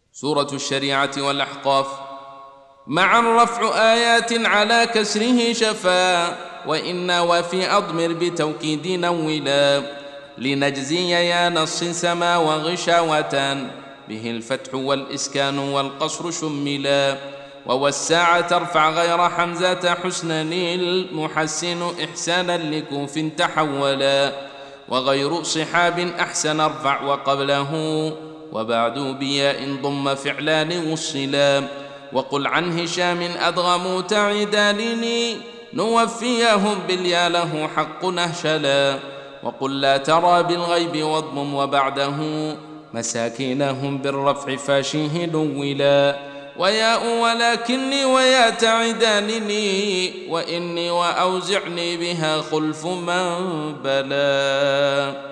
سورة الشريعة والأحقاف. مع الرفع آيات على كسره شفا، وإن وفي أضمر بتوكيد نولا، لنجزي يا نص سما وغشاوة، به الفتح والإسكان والقصر شملا. ووساع ترفع غير حمزة حسنا المحسن إحسانا لكوف تحولا، وغير صحاب أحسن ارفع وقبله، وبعد بياء ضم فعلان وصلا. وقل عن هشام أدغموا تعدالني، نوفيهم باليا له حق نهشلا. وقل لا ترى بالغيب واضمم وبعده، مساكينهم بالرفع فاشيه نولا. وياء ولكني ويا تعدالني، وإني وأوزعني بها خلف من بلا.